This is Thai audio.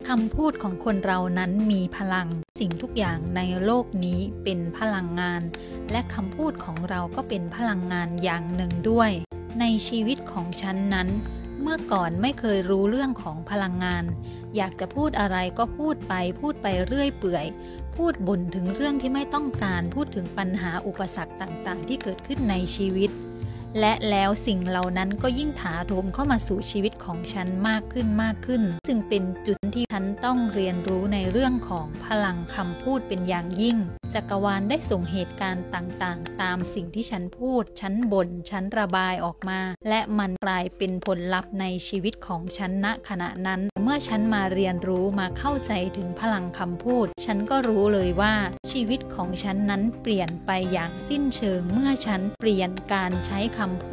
คำพูดของคนเรานั้นมีพลังสิ่งทุกอย่างในโลกนี้เป็นพลังงานและคำพูดของเราก็เป็นพลังงานอย่างหนึ่งด้วยในชีวิตของฉันนั้นเมื่อก่อนไม่เคยรู้เรื่องของพลังงานอยากจะพูดอะไรก็พูดไปเรื่อยเปื่อยพูดบ่นถึงเรื่องที่ไม่ต้องการพูดถึงปัญหาอุปสรรคต่างๆที่เกิดขึ้นในชีวิตและแล้วสิ่งเหล่านั้นก็ยิ่งถาโถมเข้ามาสู่ชีวิตของฉันมากขึ้นจึงเป็นจุดที่ฉันต้องเรียนรู้ในเรื่องของพลังคำพูดเป็นอย่างยิ่งจักรวาลได้ส่งเหตุการณ์ต่างๆตามสิ่งที่ฉันพูดฉันบ่นฉันระบายออกมาและมันกลายเป็นผลลัพธ์ในชีวิตของฉันณขณะนั้นเมื่อฉันมาเรียนรู้มาเข้าใจถึงพลังคำพูดฉันก็รู้เลยว่าชีวิตของฉันนั้นเปลี่ยนไปอย่างสิ้นเชิงเมื่อฉันเปลี่ยนการใช้คำ